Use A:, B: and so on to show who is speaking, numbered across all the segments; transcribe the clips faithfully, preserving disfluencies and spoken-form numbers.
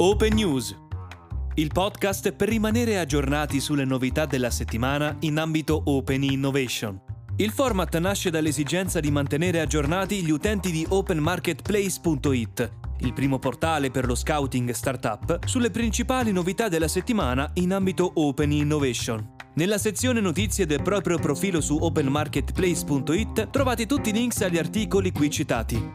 A: Open News, il podcast per rimanere aggiornati sulle novità della settimana in ambito Open Innovation. Il format nasce dall'esigenza di mantenere aggiornati gli utenti di open marketplace punto it, il primo portale per lo scouting startup, sulle principali novità della settimana in ambito Open Innovation. Nella sezione notizie del proprio profilo su open marketplace punto it trovate tutti i links agli articoli qui citati.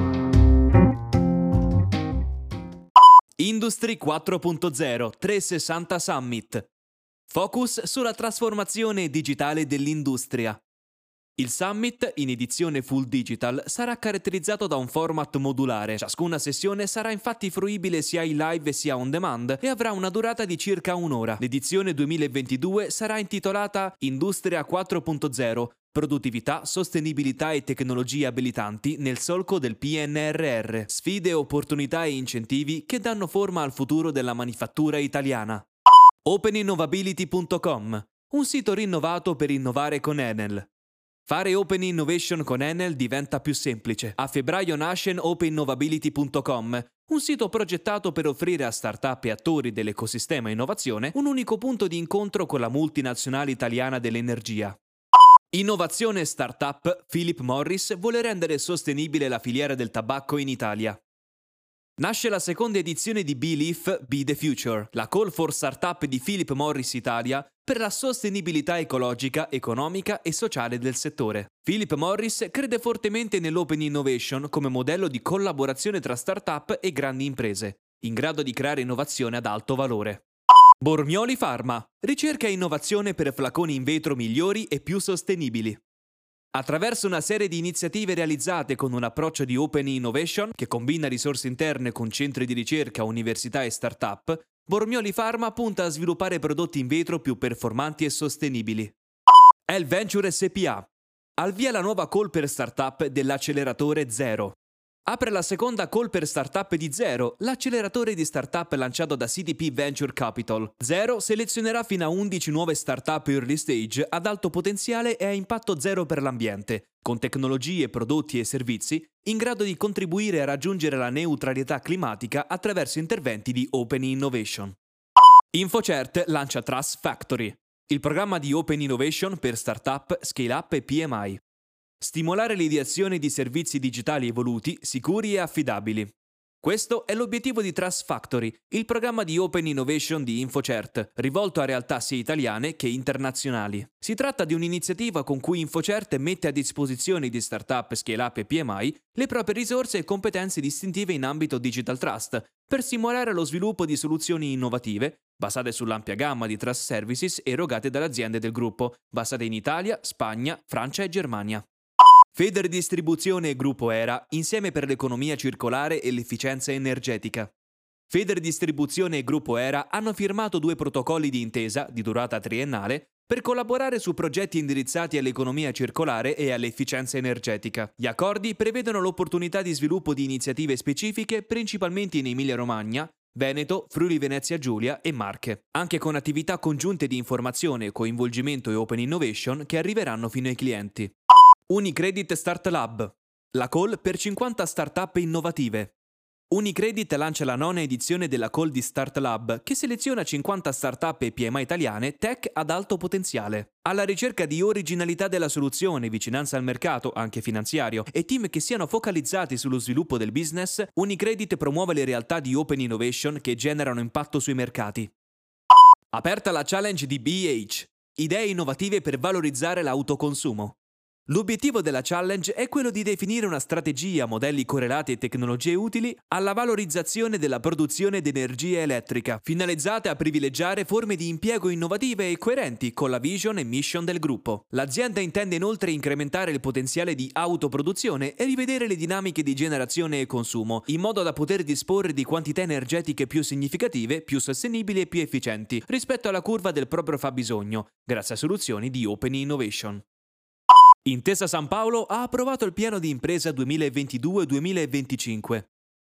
A: Industry quattro punto zero trecentosessanta Summit. Focus sulla trasformazione digitale dell'industria. Il Summit, in edizione full digital, sarà caratterizzato da un format modulare. Ciascuna sessione sarà infatti fruibile sia in live sia on demand e avrà una durata di circa un'ora. L'edizione duemilaventidue sarà intitolata Industria quattro punto zero, produttività, sostenibilità e tecnologie abilitanti nel solco del P N R R. Sfide, opportunità e incentivi che danno forma al futuro della manifattura italiana. open innovability punto com, un sito rinnovato per innovare con Enel. Fare Open Innovation con Enel diventa più semplice. A febbraio nasce open innovability punto com, un sito progettato per offrire a start-up e attori dell'ecosistema innovazione un unico punto di incontro con la multinazionale italiana dell'energia. Innovazione startup, Philip Morris vuole rendere sostenibile la filiera del tabacco in Italia. Nasce la seconda edizione di Belief Be the Future, la call for startup di Philip Morris Italia per la sostenibilità ecologica, economica e sociale del settore. Philip Morris crede fortemente nell'open innovation come modello di collaborazione tra startup e grandi imprese, in grado di creare innovazione ad alto valore. Bormioli Pharma, ricerca e innovazione per flaconi in vetro migliori e più sostenibili. Attraverso una serie di iniziative realizzate con un approccio di open innovation che combina risorse interne con centri di ricerca, università e start-up, Bormioli Pharma punta a sviluppare prodotti in vetro più performanti e sostenibili. El Venture S P A. Al via la nuova call per startup dell'acceleratore Zero. Apre la seconda call per startup di Zero, l'acceleratore di startup lanciato da C D P Venture Capital. Zero selezionerà fino a undici nuove startup early stage ad alto potenziale e a impatto zero per l'ambiente, con tecnologie, prodotti e servizi in grado di contribuire a raggiungere la neutralità climatica attraverso interventi di open innovation. InfoCert lancia Trust Factory, il programma di open innovation per startup, scale-up e P M I. Stimolare l'ideazione di servizi digitali evoluti, sicuri e affidabili. Questo è l'obiettivo di Trust Factory, il programma di Open Innovation di InfoCert, rivolto a realtà sia italiane che internazionali. Si tratta di un'iniziativa con cui InfoCert mette a disposizione di startup, scale-up e P M I le proprie risorse e competenze distintive in ambito Digital Trust, per stimolare lo sviluppo di soluzioni innovative, basate sull'ampia gamma di trust services erogate dalle aziende del gruppo, basate in Italia, Spagna, Francia e Germania. Federdistribuzione e Gruppo Era insieme per l'economia circolare e l'efficienza energetica. Federdistribuzione e Gruppo Era hanno firmato due protocolli di intesa di durata triennale per collaborare su progetti indirizzati all'economia circolare e all'efficienza energetica. Gli accordi prevedono l'opportunità di sviluppo di iniziative specifiche principalmente in Emilia-Romagna, Veneto, Friuli Venezia Giulia e Marche, anche con attività congiunte di informazione, coinvolgimento e open innovation che arriveranno fino ai clienti. Unicredit Start Lab, la call per cinquanta start-up innovative. Unicredit lancia la nona edizione della call di Start Lab che seleziona cinquanta start-up e P M I italiane tech ad alto potenziale. Alla ricerca di originalità della soluzione, vicinanza al mercato, anche finanziario, e team che siano focalizzati sullo sviluppo del business, Unicredit promuove le realtà di open innovation che generano impatto sui mercati. Aperta la challenge di B H, idee innovative per valorizzare l'autoconsumo. L'obiettivo della challenge è quello di definire una strategia, modelli correlati e tecnologie utili alla valorizzazione della produzione di energia elettrica, finalizzate a privilegiare forme di impiego innovative e coerenti con la vision e mission del gruppo. L'azienda intende inoltre incrementare il potenziale di autoproduzione e rivedere le dinamiche di generazione e consumo, in modo da poter disporre di quantità energetiche più significative, più sostenibili e più efficienti rispetto alla curva del proprio fabbisogno, grazie a soluzioni di open innovation. Intesa San Paolo ha approvato il piano di impresa duemilaventidue duemilaventicinque.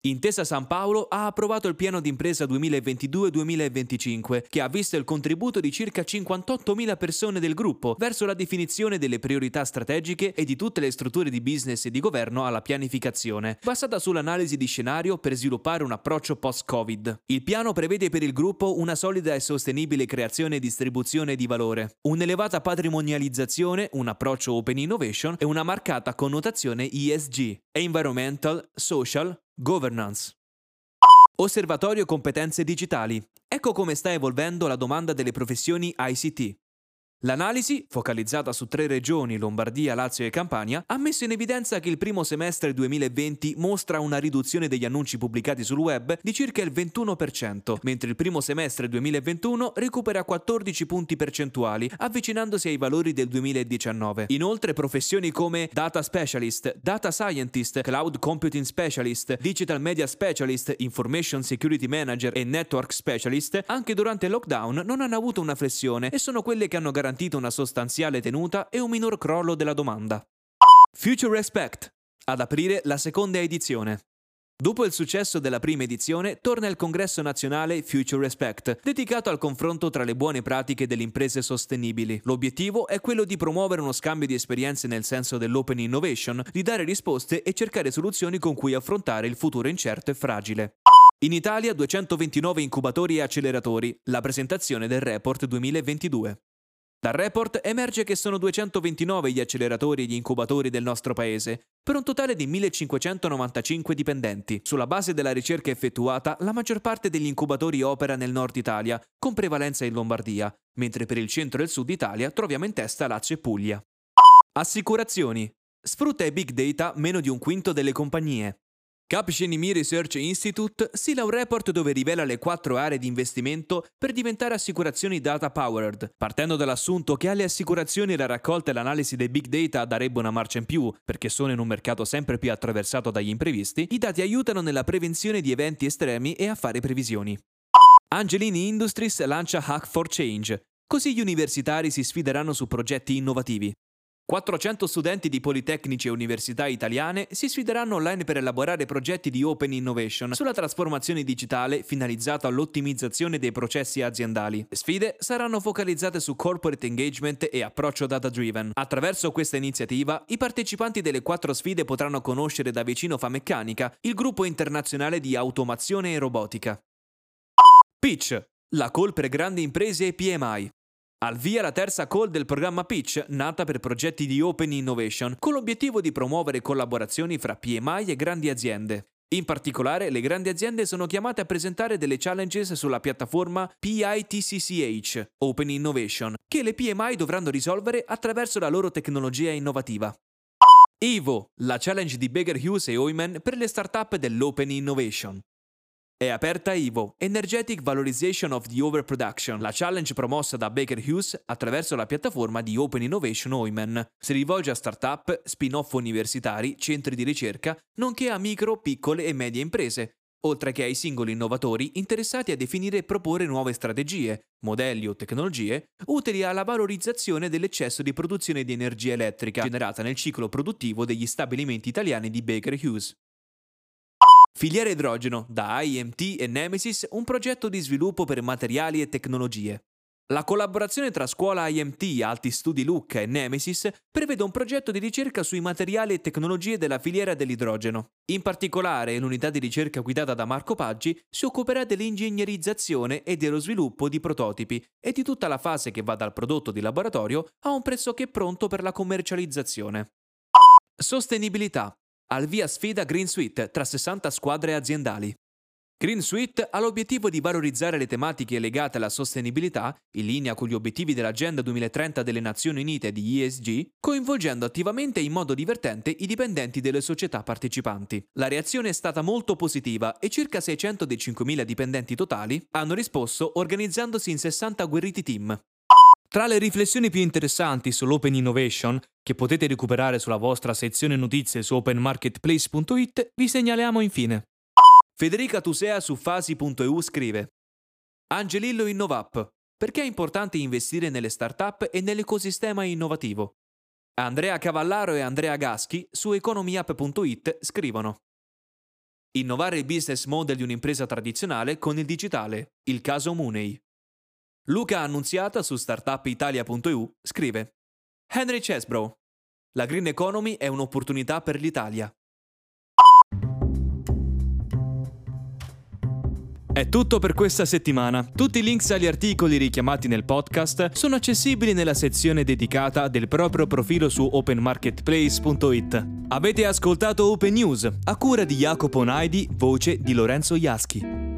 A: Intesa San Paolo ha approvato il piano d'impresa duemilaventidue duemilaventicinque, che ha visto il contributo di circa cinquantottomila persone del gruppo verso la definizione delle priorità strategiche e di tutte le strutture di business e di governo alla pianificazione, basata sull'analisi di scenario per sviluppare un approccio post-Covid. Il piano prevede per il gruppo una solida e sostenibile creazione e distribuzione di valore, un'elevata patrimonializzazione, un approccio open innovation e una marcata connotazione E S G, Environmental, Social, Governance. Osservatorio competenze digitali. Ecco come sta evolvendo la domanda delle professioni I C T. L'analisi, focalizzata su tre regioni, Lombardia, Lazio e Campania, ha messo in evidenza che il primo semestre duemilaventi mostra una riduzione degli annunci pubblicati sul web di circa il ventuno per cento, mentre il primo semestre duemilaventuno recupera quattordici punti percentuali, avvicinandosi ai valori del duemiladiciannove. Inoltre, professioni come Data Specialist, Data Scientist, Cloud Computing Specialist, Digital Media Specialist, Information Security Manager e Network Specialist, anche durante il lockdown non hanno avuto una flessione e sono quelle che hanno garantito una sostanziale tenuta e un minor crollo della domanda. Future Respect. Ad aprire la seconda edizione. Dopo il successo della prima edizione, torna il congresso nazionale Future Respect, dedicato al confronto tra le buone pratiche delle imprese sostenibili. L'obiettivo è quello di promuovere uno scambio di esperienze nel senso dell'open innovation, di dare risposte e cercare soluzioni con cui affrontare il futuro incerto e fragile. In Italia duecentoventinove incubatori e acceleratori, la presentazione del report duemilaventidue. Dal report emerge che sono duecentoventinove gli acceleratori e gli incubatori del nostro paese, per un totale di millecinquecentonovantacinque dipendenti. Sulla base della ricerca effettuata, la maggior parte degli incubatori opera nel nord Italia, con prevalenza in Lombardia, mentre per il centro e il sud Italia troviamo in testa Lazio e Puglia. Assicurazioni. Sfrutta i big data meno di un quinto delle compagnie. Capgemini Research Institute stila un report dove rivela le quattro aree di investimento per diventare assicurazioni data powered, partendo dall'assunto che alle assicurazioni la raccolta e l'analisi dei big data darebbe una marcia in più, perché sono in un mercato sempre più attraversato dagli imprevisti. I dati aiutano nella prevenzione di eventi estremi e a fare previsioni. Angelini Industries lancia Hack for Change, così gli universitari si sfideranno su progetti innovativi. quattrocento studenti di politecnici e università italiane si sfideranno online per elaborare progetti di open innovation sulla trasformazione digitale finalizzata all'ottimizzazione dei processi aziendali. Le sfide saranno focalizzate su corporate engagement e approccio data-driven. Attraverso questa iniziativa, i partecipanti delle quattro sfide potranno conoscere da vicino Fameccanica, il gruppo internazionale di automazione e robotica. Pitch, la call per grandi imprese e P M I. Al via la terza call del programma Pitch, nata per progetti di Open Innovation, con l'obiettivo di promuovere collaborazioni fra P M I e grandi aziende. In particolare, le grandi aziende sono chiamate a presentare delle challenges sulla piattaforma P I T C C H, Open Innovation, che le P M I dovranno risolvere attraverso la loro tecnologia innovativa. Evo, la challenge di Baker Hughes e Heumann per le startup dell'Open Innovation. È aperta Evo, Energetic Valorization of the Overproduction, la challenge promossa da Baker Hughes attraverso la piattaforma di Open Innovation Heumann. Si rivolge a start-up, spin-off universitari, centri di ricerca, nonché a micro, piccole e medie imprese, oltre che ai singoli innovatori interessati a definire e proporre nuove strategie, modelli o tecnologie utili alla valorizzazione dell'eccesso di produzione di energia elettrica generata nel ciclo produttivo degli stabilimenti italiani di Baker Hughes. Filiera idrogeno, da I M T e Nemesis, un progetto di sviluppo per materiali e tecnologie. La collaborazione tra Scuola I M T, Alti Studi Lucca e Nemesis prevede un progetto di ricerca sui materiali e tecnologie della filiera dell'idrogeno. In particolare, l'unità di ricerca guidata da Marco Paggi si occuperà dell'ingegnerizzazione e dello sviluppo di prototipi e di tutta la fase che va dal prodotto di laboratorio a un pressoché pronto per la commercializzazione. Sostenibilità. Al via sfida Green Suite tra sessanta squadre aziendali. Green Suite ha l'obiettivo di valorizzare le tematiche legate alla sostenibilità, in linea con gli obiettivi dell'Agenda duemilatrenta delle Nazioni Unite di E S G, coinvolgendo attivamente e in modo divertente i dipendenti delle società partecipanti. La reazione è stata molto positiva e circa seicento dei cinquemila dipendenti totali hanno risposto organizzandosi in sessanta agguerriti team. Tra le riflessioni più interessanti sull'Open Innovation, che potete recuperare sulla vostra sezione notizie su open marketplace punto it, vi segnaliamo infine. Federica Tusea su fasi punto e u scrive: Angelillo InnovUp, perché è importante investire nelle start-up e nell'ecosistema innovativo? Andrea Cavallaro e Andrea Gaschi su economiup punto it scrivono: Innovare il business model di un'impresa tradizionale con il digitale, il caso Mooney. Luca Annunziata su startup italia punto e u scrive: Henry Chesbrough. La green economy è un'opportunità per l'Italia. È tutto per questa settimana. Tutti i links agli articoli richiamati nel podcast sono accessibili nella sezione dedicata del proprio profilo su open marketplace punto it. Avete ascoltato Open News, a cura di Jacopo Naidi, voce di Lorenzo Iaschi.